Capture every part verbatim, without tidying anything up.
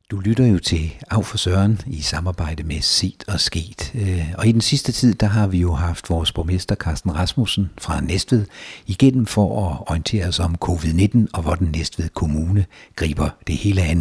Du lytter jo til Av for Søren i samarbejde med Set og Sket. Og i den sidste tid, der har vi jo haft vores borgmester Carsten Rasmussen fra Næstved igennem for at orientere os om covid nitten og hvordan Næstved Kommune griber det hele an.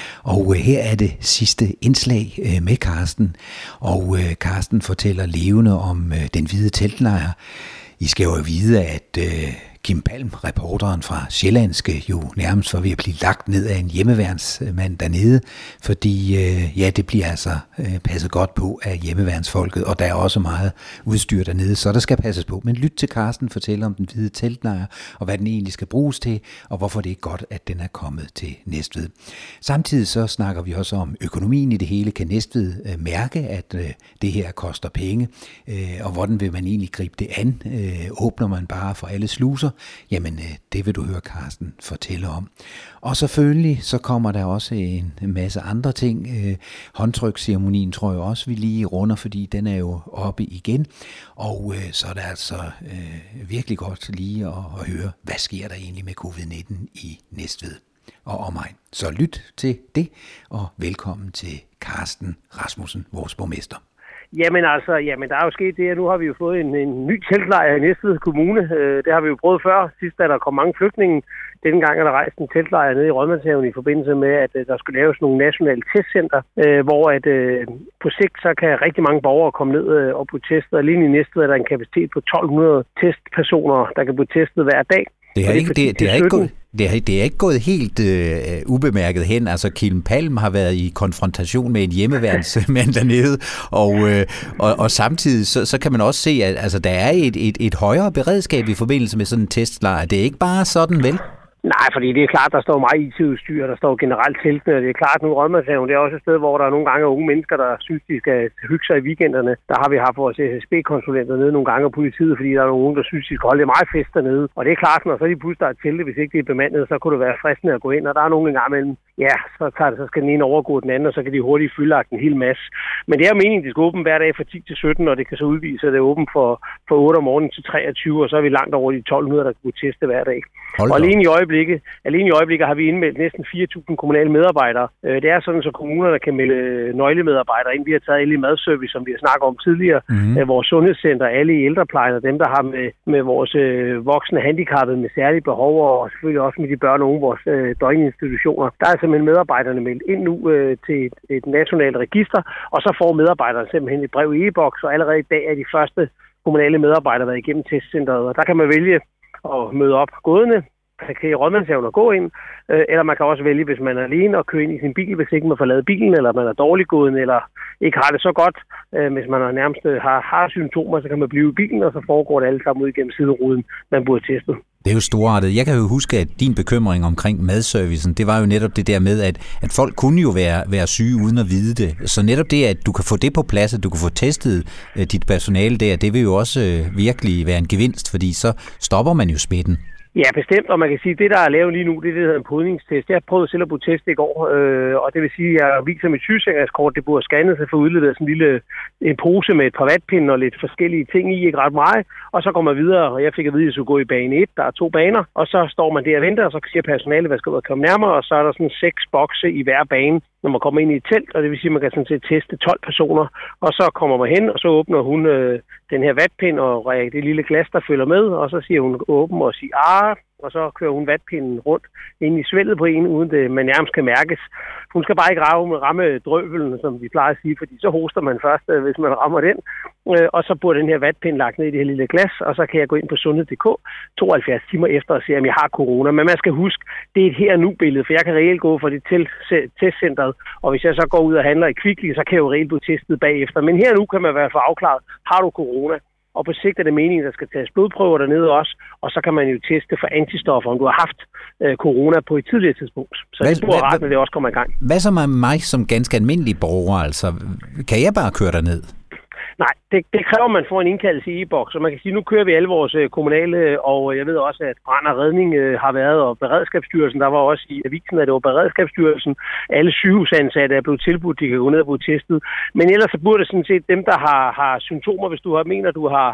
Og her er det sidste indslag med Carsten, og Carsten fortæller levende om den hvide teltlejr. I skal jo vide, at Kim Palm, reporteren fra Sjællandske, jo nærmest var ved at blive lagt ned af en hjemmeværnsmand dernede, fordi øh, ja, det bliver altså øh, passet godt på af hjemmeværnsfolket, og der er også meget udstyr dernede, så der skal passes på. Men lyt til Carsten fortælle om den hvide teltlejr, og hvad den egentlig skal bruges til, og hvorfor det er godt, at den er kommet til Næstved. Samtidig så snakker vi også om økonomien i det hele. Kan Næstved øh, mærke, at øh, det her koster penge, øh, og hvordan vil man egentlig gribe det an? Øh, åbner man bare for alle sluser? Jamen, det vil du høre Carsten fortælle om. Og selvfølgelig så kommer der også en masse andre ting. Håndtryksceremonien tror jeg også, vi lige runder, fordi den er jo oppe igen. Og så er det altså øh, virkelig godt lige at, at høre, hvad sker der egentlig med covid nitten i Næstved og omegn. Så lyt til det, og velkommen til Carsten Rasmussen, vores borgmester. Jamen altså, jamen der er jo sket det, at nu har vi jo fået en, en ny teltlejr i Næstved Kommune. Øh, det har vi jo prøvet før. Sidst da der kom mange flygtninge. Denne gang er der rejst en teltlejr nede i Rådmandshaven i forbindelse med, at øh, der skulle laves nogle nationale testcenter, øh, hvor at øh, på sigt så kan rigtig mange borgere komme ned øh, og blive testet. Alene i Næstved er der en kapacitet på tolv hundrede testpersoner, der kan blive testet hver dag. Det er, ikke, det, det, det, er ikke gået, det, er, det er ikke gået helt øh, ubemærket hen. Altså, Kim Palm har været i konfrontation med en hjemmeværnsmand dernede, og, øh, og, og samtidig så, så kan man også se, at altså, der er et, et, et højere beredskab i forbindelse med sådan en testlejr. Det er ikke bare sådan, vel? Nej, fordi det er klart, der står meget I T-udstyr, der står generelt teltene, og det er klart nu Rådmandshaven, det er også et sted, hvor der er nogle gange unge mennesker, der synes, de skal hygge sig i weekenderne. Der har vi haft vores S S B-konsulenter nede nogle gange af politiet, fordi der er nogle unge, der synes, de skal holde meget fest dernede. Og det er klart, når så de pludselig der er telte, hvis ikke det er bemandet, så kunne det være fristende at gå ind, og der er nogen en gang imellem, ja, så, tager det, så skal den ene overgå den anden, og så kan de hurtigt fylde en hel masse. Men det er meningen, de skal åbne hver dag fra ti til sytten, og det kan så udvise, at det er åbent for, for otte om morgenen til treogtyve, og så er vi langt over de tolv hundrede, der kan blive testet hver dag. Og alene i øjeblikket, alene i øjeblikket har vi indmeldt næsten fire tusind kommunale medarbejdere. Det er sådan, så kommunerne kan melde nøglemedarbejdere ind. Vi har taget alle i madservice, som vi har snakket om tidligere. Mm-hmm. Vores sundhedscenter, alle i ældreplejen og dem, der har med, med vores øh, voksne handicappede med særlige behov, og selvfølgelig også med de børn og unge, vores øh, døgninstitutioner. Der er simpelthen medarbejderne meldt ind nu øh, til et, et nationalt register, og så får medarbejderne simpelthen et brev i e-boks, og allerede i dag er de første kommunale medarbejdere været igennem testcenteret. Og der kan man vælge at møde op gående, kan i Rådmandshaven og gå ind, øh, eller man kan også vælge, hvis man er alene, og køre ind i sin bil, hvis ikke man får lavet bilen, eller man er dårliggående, eller ikke har det så godt. Øh, hvis man er nærmest har, har symptomer, så kan man blive i bilen, og så foregår det alle sammen ud igennem sideruden, man burde testet. Det er jo storartet. Jeg kan jo huske, at din bekymring omkring madservicen, det var jo netop det der med, at, at folk kunne jo være, være syge uden at vide det. Så netop det, at du kan få det på plads, at du kan få testet uh, dit personale der, det vil jo også uh, virkelig være en gevinst, fordi så stopper man jo smitten. Ja, bestemt, og man kan sige, at det, der er lavet lige nu, det er det, der hedder en podningstest. Jeg har prøvet selv at bruge test i går, øh, og det vil sige, at jeg viser mit sygesikringskort, det burde scannes og få udleveret sådan en lille en pose med et privatpind og lidt forskellige ting i, ikke ret meget, og så går man videre, og jeg fik at vide, at jeg skulle gå i bane et, der er to baner, og så står man der og venter, og så siger personalet, hvad skal ud og komme nærmere, og så er der sådan seks bokse i hver bane, når man kommer ind i et telt, og det vil sige, at man kan sådan set teste tolv personer, og så kommer man hen, og så åbner hun øh, den her vatpind og det lille glas, der følger med, og så siger hun åben og siger ah, og så kører hun vatpinden rundt ind i svældet på en, uden det man nærmest kan mærkes. Hun skal bare ikke ramme, ramme drøvelen, som vi plejer at sige, fordi så hoster man først, hvis man rammer den. Og så bliver den her vatpind lagt ned i det her lille glas, og så kan jeg gå ind på sundhed punktum d k tooghalvfjerds timer efter og se, om jeg har corona. Men man skal huske, det er et her nu billede, for jeg kan reelt gå for det til testcentret, og hvis jeg så går ud og handler i Kvickly, så kan jeg jo reelt blive testet bagefter. Men her nu kan man være for afklaret, har du corona? Og på sigt er det meningen, at der skal tages blodprøver dernede også, og så kan man jo teste for antistoffer, om du har haft øh, corona på et tidligere tidspunkt. Så hvad, det er ret, når det også kommer i gang. Hvad så med mig som ganske almindelig borger? Altså, kan jeg bare køre derned? Nej, det, det kræver, at man får en indkaldelse i e-boks. Så man kan sige, at nu kører vi alle vores kommunale, og jeg ved også, at brand og redning øh, har været, og Beredskabsstyrelsen, der var også i avisen, at det var Beredskabsstyrelsen. Alle sygehusansatte er blevet tilbudt, de kan gå ned og blive testet. Men ellers så burde det sådan set dem, der har, har symptomer, hvis du har, mener, du har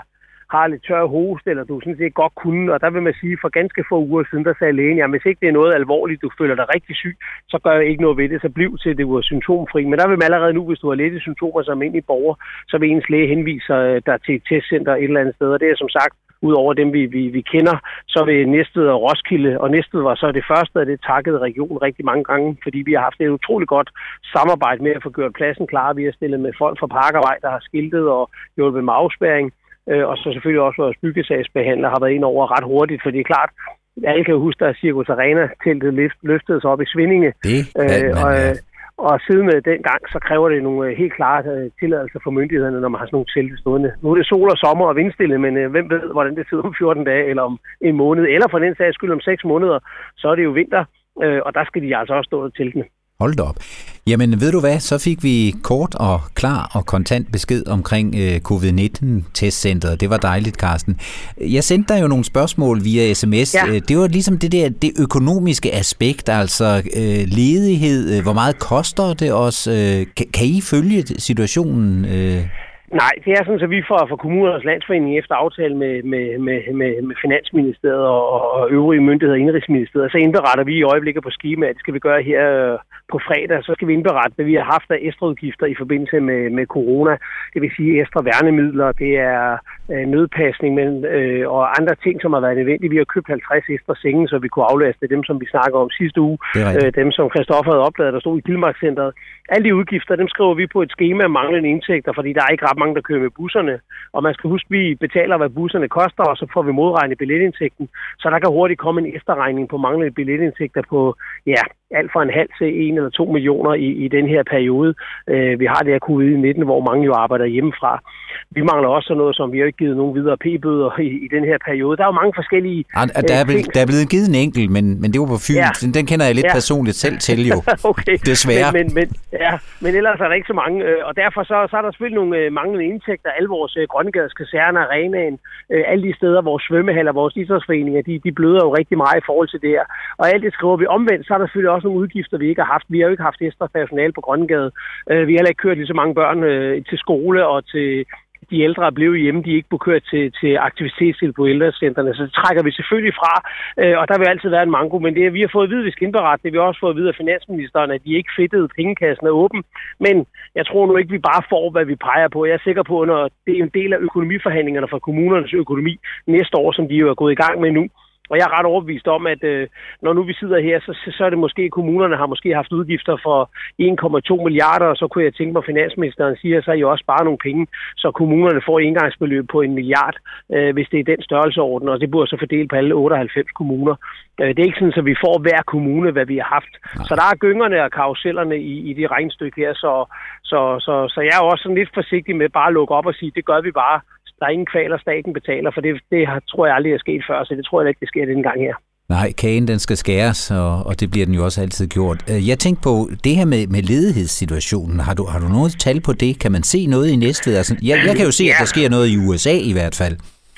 har lidt tør hoste, eller du sådan set godt kunne, og der vil man sige, for ganske få uger siden, der sagde lægen, jamen hvis ikke det er noget alvorligt, du føler dig rigtig syg, så gør jeg ikke noget ved det, så bliv til det var symptomfri. Men der vil man allerede nu, hvis du har lette symptomer som almindelig borger, så vil ens læge henviser dig til et testcenter et eller andet sted, og det er som sagt, ud over dem, vi, vi, vi kender, så vil Næstved og Roskilde, og Næstved var så det første, og det takkede regionen rigtig mange gange, fordi vi har haft et utroligt godt samarbejde med at få gjort pladsen klar. Vi har stillet med folk fra Parkervej, der har skiltet og hjulpet med afspærring, og så selvfølgelig også vores byggesagsbehandler har været ind over ret hurtigt, for det er klart, alle kan jo huske, at Circus Arena-teltet løftede sig op i Svindinge. Det kan man, og, ja. Og siden den gang, så kræver det nogle helt klare tilladelser for myndighederne, når man har sådan nogle telte stående. Nu er det sol og sommer og vindstille, men øh, hvem ved, hvordan det sidder om fjorten dage, eller om en måned, eller for den sags skyld om seks måneder, så er det jo vinter, øh, og der skal de altså også stå i teltene. Hold da op. Jamen ved du hvad, så fik vi kort og klar og kontant besked omkring øh, covid nitten-testcenteret. Det var dejligt, Carsten. Jeg sendte dig jo nogle spørgsmål via sms. Ja. Det var ligesom det der det økonomiske aspekt, altså øh, ledighed. Hvor meget koster det os? Øh, kan, kan I følge situationen? Øh? Nej, det er sådan, at vi fra, fra Kommunernes Landsforening efter aftale med, med, med, med, med Finansministeriet og, og øvrige myndigheder, Indrigsministeriet, så indberetter vi i øjeblikket på skema, at det skal vi gøre her øh, på fredag. Så skal vi indberette, hvad vi har haft af ekstraudgifter i forbindelse med, med corona. Det vil sige ekstra værnemidler, det er øh, nødpasning men, øh, og andre ting, som har været nødvendige. Vi har købt halvtreds ekstra senge, så vi kunne aflaste dem, som vi snakker om sidste uge. Øh, dem, som Christoffer havde opdaget, der stod i Pilmarkcenteret. Alle de udgifter, dem skriver vi på et skema af manglende indtægter, fordi der er ikke ret mange, der kører med busserne. Og man skal huske, at vi betaler, hvad busserne koster, og så får vi modregnet billetindtægten. Så der kan hurtigt komme en efterregning på manglende billetindtægter på, ja, alt fra en halv til en eller to millioner i, i den her periode. Øh, vi har det her covid nitten, hvor mange jo arbejder hjemmefra. Vi mangler også sådan noget, som vi har ikke givet nogen videre p-bøder i, i den her periode. Der er jo mange forskellige ja, der, er blevet, der er blevet givet en enkelt, men, men det var på Fyn. Ja. Den, den kender jeg lidt ja. personligt selv til jo. Okay. Desværre. Men, men, men, ja, men ellers er der ikke så mange. Og derfor så, så er der selvfølgelig nogle manglende indtægter. Alle vores Grønnegades kaserner, arenaen, alle de steder, vores svømmehaller, vores idrætsforeninger, de, de bløder jo rigtig meget i forhold til det her. Og alt det skriver vi omvendt, så er der selvfølgelig også nogle udgifter, vi ikke har haft. Vi har jo ikke haft ekstra personale på Grønnegade. Vi har heller ikke kørt lige så mange børn til skole og til de ældre er blevet hjemme, de er ikke blevet kørt til, til aktivitetstilbud på ældrecentrene, så det trækker vi selvfølgelig fra, øh, og der vil altid være en manko, men det vi har fået at vide, at vi skal indberette det, vi har også fået at vide af finansministeren, at de ikke fedtede, pengekassen er åben, men jeg tror nu ikke, vi bare får, hvad vi peger på. Jeg er sikker på, når det er en del af økonomiforhandlingerne fra kommunernes økonomi næste år, som de jo er gået i gang med nu. Og jeg er ret overbevist om, at øh, når nu vi sidder her, så, så er det måske, kommunerne har måske haft udgifter for en komma to milliarder, og så kunne jeg tænke mig, at finansministeren siger, at så er I også bare nogle penge, så kommunerne får engangsbeløb på en milliard, øh, hvis det er den størrelseorden, og det burde så fordele på alle otteoghalvfems kommuner. Øh, det er ikke sådan, at vi får hver kommune, hvad vi har haft. Nej. Så der er gyngerne og karusellerne i, i det regnstykke her, så, så, så, så jeg er også sådan lidt forsigtig med bare at lukke op og sige, det gør vi bare. Der er ingen kvaler, staten betaler, for det, det har, tror jeg aldrig er sket før, så det tror jeg ikke, det sker denne gang her. Nej, kagen den skal skæres, og, og det bliver den jo også altid gjort. Jeg tænkte på, det her med, med ledighedssituationen, har du, har du noget tal på det? Kan man se noget i Næstved? Altså, jeg, jeg kan jo se, ja. at der sker noget i U S A i hvert fald.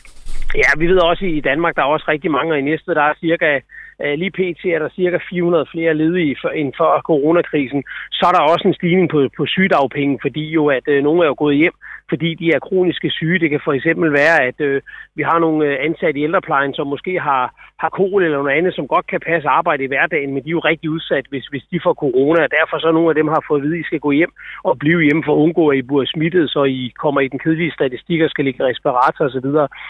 Ja, vi ved også i Danmark, der er også rigtig mange, i Næstved, der er cirka lige pt. Er der cirka fire hundrede flere ledige end før coronakrisen. Så er der også en stigning på, på sygedagpenge, fordi jo, at øh, nogle er jo gået hjem, fordi de er kroniske syge. Det kan for eksempel være, at øh, vi har nogle ansatte i ældreplejen, som måske har, har kol eller noget andet, som godt kan passe arbejde i hverdagen, men de er jo rigtig udsat, hvis, hvis de får corona. Og derfor så nogle af dem har fået at vide, at I skal gå hjem og blive hjemme for at undgå, at I bliver smittet, så I kommer i den kedelige statistik og skal ligge i respirator osv.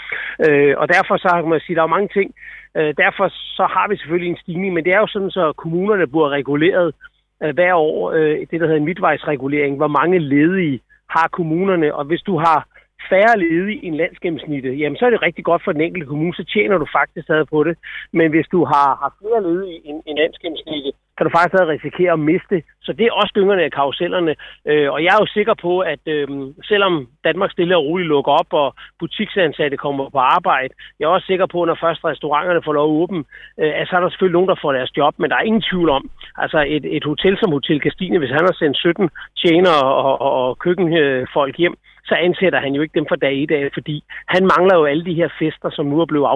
Øh, og derfor så kan man sige, at der er mange ting. Øh, derfor så har vi selvfølgelig en stigning, men det er jo sådan, så kommunerne bliver reguleret øh, hver år, øh, det der hedder en midtvejsregulering, hvor mange ledige har kommunerne, og hvis du har færre ledige end landsgennemsnittet, jamen så er det rigtig godt for den enkelte kommune, så tjener du faktisk stadig på det. Men hvis du har, har flere ledige end, end landsgennemsnittet, kan du faktisk stadig risikere at miste. Så det er også gyngerne af karusellerne. Øh, og jeg er jo sikker på, at øh, selvom Danmark stille og roligt lukker op, og butiksansatte kommer på arbejde, jeg er også sikker på, at når først restauranterne får lov at åbne, øh, så er der selvfølgelig nogen, der får deres job, men der er ingen tvivl om, altså et, et hotel som Hotel Castine, hvis han har sendt sytten tjenere og, og, og køkkenfolk hjem, så ansætter han jo ikke dem fra dag i dag, fordi han mangler jo alle de her fester, som nu er blevet aflyst.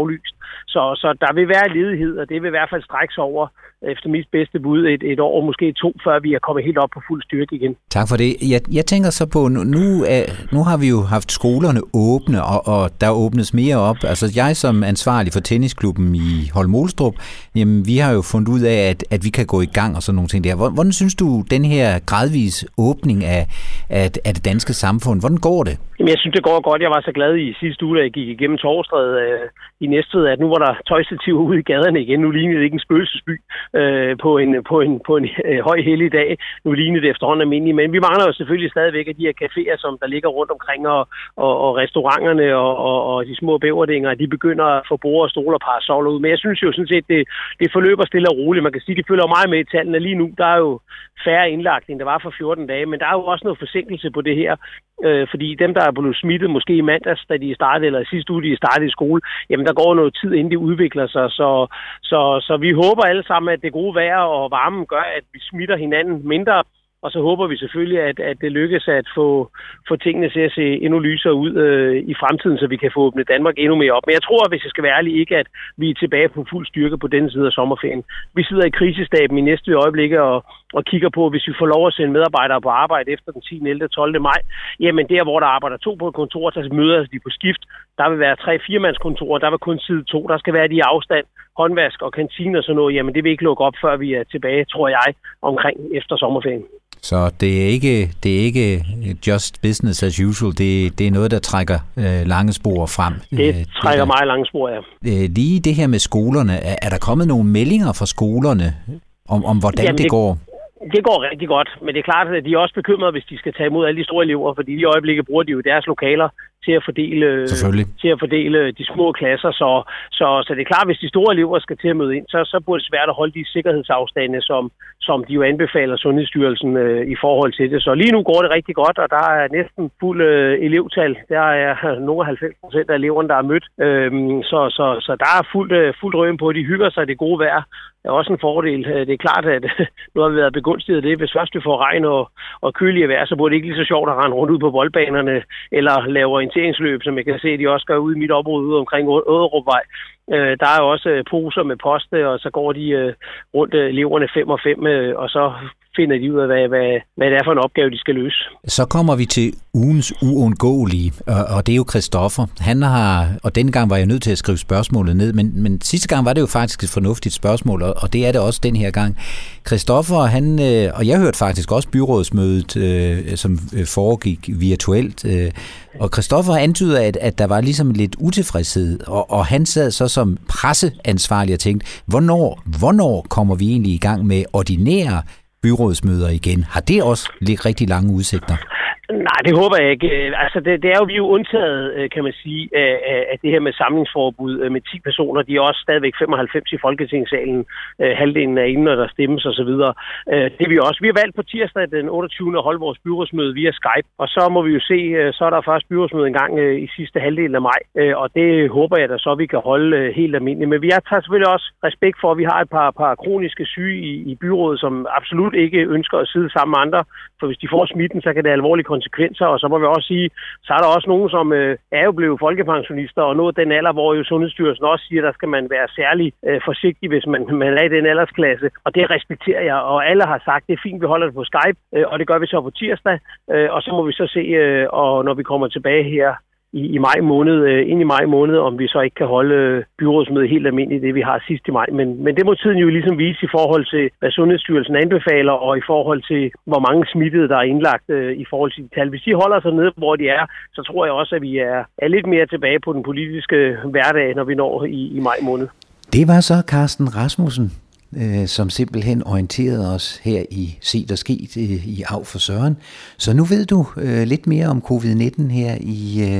Så, så der vil være ledighed, og det vil i hvert fald strække sig over, efter mit bedste bud, et, et år, måske to, før vi er kommet helt op på fuld styrke igen. Tak for det. Jeg, jeg tænker så på, nu, er, nu har vi jo haft skolerne åbne, og, og der åbnes mere op. Altså jeg som ansvarlig for tennisklubben i Holme-Olstrup, jamen vi har jo fundet ud af, at, at vi kan gå i gang og sådan nogle ting der. Hvordan synes du, den her gradvis åbning af, af, af det danske samfund, hvordan går det? Jamen, jeg synes, det går godt. Jeg var så glad i sidste uge, da jeg gik igennem Torvstræde øh, i Næstved, at nu var der tøjstativer ude i gaderne igen. Nu lignede det ikke en spøgelsesby øh, på en, på en, på en øh, høj hellig dag. Nu lignede det efterhånden almindeligt. Men vi mangler jo selvfølgelig stadigvæk af de her caféer, som der ligger rundt omkring, og, og, og restauranterne og, og, og de små bæverdinger, de begynder at få borde og stole og parasoller ud. Men jeg synes jo sådan set, det, det forløber stille og roligt. Man kan sige, de følger meget med i tallene. Lige nu, der er jo færre indlagt, end der var for fjorten dage. Men der er jo også noget forsinkelse på det her. Øh, fordi dem, der er blevet smittet måske i mandags, da de startede, eller sidste uge, de startede i skole, jamen der går noget tid, inden de udvikler sig. Så, så, så vi håber alle sammen, at det gode vejr og varmen gør, at vi smitter hinanden mindre. Og så håber vi selvfølgelig, at, at det lykkes at få, få tingene til at se endnu lysere ud øh, i fremtiden, så vi kan få åbnet Danmark endnu mere op. Men jeg tror, hvis jeg skal være ærlig, ikke at vi er tilbage på fuld styrke på denne side af sommerferien. Vi sidder i krisestaben i næste øjeblik og, og kigger på, hvis vi får lov at sende medarbejdere på arbejde efter den tiende, ellevte og tolvte maj. Jamen der, hvor der arbejder to på et kontor, så møder de på skift. Der vil være tre firemandskontorer, der vil kun sidde to. Der skal være de i afstand, håndvask og kantine og sådan noget. Jamen det vil ikke lukke op, før vi er tilbage, tror jeg, omkring efter sommerferien. Så det er ikke det er ikke just business as usual. Det, det er noget, der trækker øh, lange spor frem. Det trækker det meget lange spor, ja. Øh, lige det her med skolerne. Er, er der kommet nogle meldinger fra skolerne om, om hvordan Jamen, det, det går? Det går rigtig godt, men det er klart, at de er også bekymrede, hvis de skal tage imod alle de store elever, fordi i øjeblikket bruger de jo deres lokaler til at fordele, til at fordele de små klasser. Så, så, så det er klart, hvis de store elever skal til at møde ind, så, så burde det svært at holde de sikkerhedsafstande, som, som de jo anbefaler Sundhedsstyrelsen øh, i forhold til det. Så lige nu går det rigtig godt, og der er næsten fuld øh, elevtal. Der er nogle halvfems procent af eleverne, der er mødt. Øhm, så, så, så der er fuldt, øh, fuldt røven på, de hygger sig, det gode vejr er også en fordel. Det er klart, at nu har vi været begunstiget af det. Hvis først vi får regn og, og kølige vejr, så burde det ikke lige så sjovt at rende rundt ud på boldbanerne eller lave orienteringsløb, som jeg kan se, de også gør ude i mit område ude omkring Åderupvej. Øh, der er jo også poser med poste, og så går de øh, rundt øh, eleverne fem og fem, øh, og så finder de ud af, hvad, hvad, hvad det er for en opgave, de skal løse. Så kommer vi til ugens uundgåelige, og, og det er jo Christoffer. Han har, og denne gang var jeg nødt til at skrive spørgsmålet ned, men, men sidste gang var det jo faktisk et fornuftigt spørgsmål, og, og det er det også den her gang. Christoffer, han, øh, og jeg hørte faktisk også byrådsmødet, øh, som øh, foregik virtuelt, øh, og Christoffer antyder, at, at der var ligesom lidt utilfredshed, og, og han sad så som presseansvarlig og tænkte, hvornår, hvornår kommer vi egentlig i gang med ordinære byrådsmøder igen? Har det også lidt rigtig lange udsigter? Nej, det håber jeg ikke. Altså, det, det er jo, vi er jo undtaget, kan man sige, af, af det her med samlingsforbud med ti personer. De er også stadigvæk femoghalvfems i Folketingssalen. Halvdelen er inde, når der stemmes og så videre. Det er vi også. Vi har valgt på tirsdag den otteogtyvende at holde vores byrådsmøde via Skype. Og så må vi jo se, så er der først byrådsmøde en gang i sidste halvdel af maj. Og det håber jeg da så, vi kan holde helt almindeligt. Men vi har selvfølgelig også respekt for, at vi har et par, par kroniske syge i, i byrådet, som absolut ikke ønsker at sidde sammen med andre. For hvis de får smitten, så kan det alvorligt konsekvenser, og så må vi også sige, så er der også nogen, som øh, er jo blevet folkepensionister, og nået den alder, hvor jo Sundhedsstyrelsen også siger, der skal man være særlig øh, forsigtig, hvis man, man er i den aldersklasse, og det respekterer jeg, og alle har sagt, det er fint, vi holder det på Skype, øh, og det gør vi så på tirsdag, øh, og så må vi så se, øh, og når vi kommer tilbage her i, i maj måned, øh, ind i maj måned, om vi så ikke kan holde øh, byrådsmødet helt almindeligt, det vi har sidst i maj. Men, men det må tiden jo ligesom vise i forhold til, hvad Sundhedsstyrelsen anbefaler, og i forhold til, hvor mange smittede, der er indlagt øh, i forhold til de tal. Hvis de holder sig nede, hvor de er, så tror jeg også, at vi er, er lidt mere tilbage på den politiske hverdag, når vi når i, i maj måned. Det var så Carsten Rasmussen, som simpelthen orienterede os her i Set og Sket i Av for Søren. Så nu ved du øh, lidt mere om covid nitten her i, øh,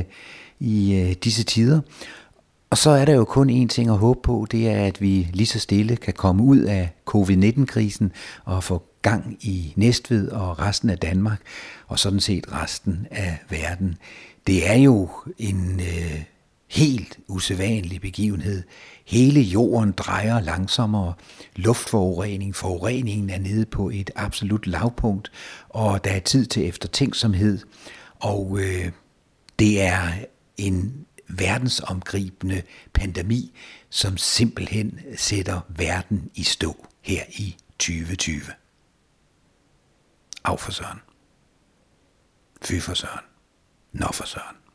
i øh, disse tider. Og så er der jo kun én ting at håbe på, det er, at vi lige så stille kan komme ud af covid nitten-krisen og få gang i Næstved og resten af Danmark, og sådan set resten af verden. Det er jo en øh, helt usædvanlig begivenhed. Hele jorden drejer langsommere, luftforurening, forureningen er nede på et absolut lavpunkt, og der er tid til eftertænksomhed, og øh, det er en verdensomgribende pandemi, som simpelthen sætter verden i stå her i tyve tyve. Af for søren. Fy for søren. Nå for søren.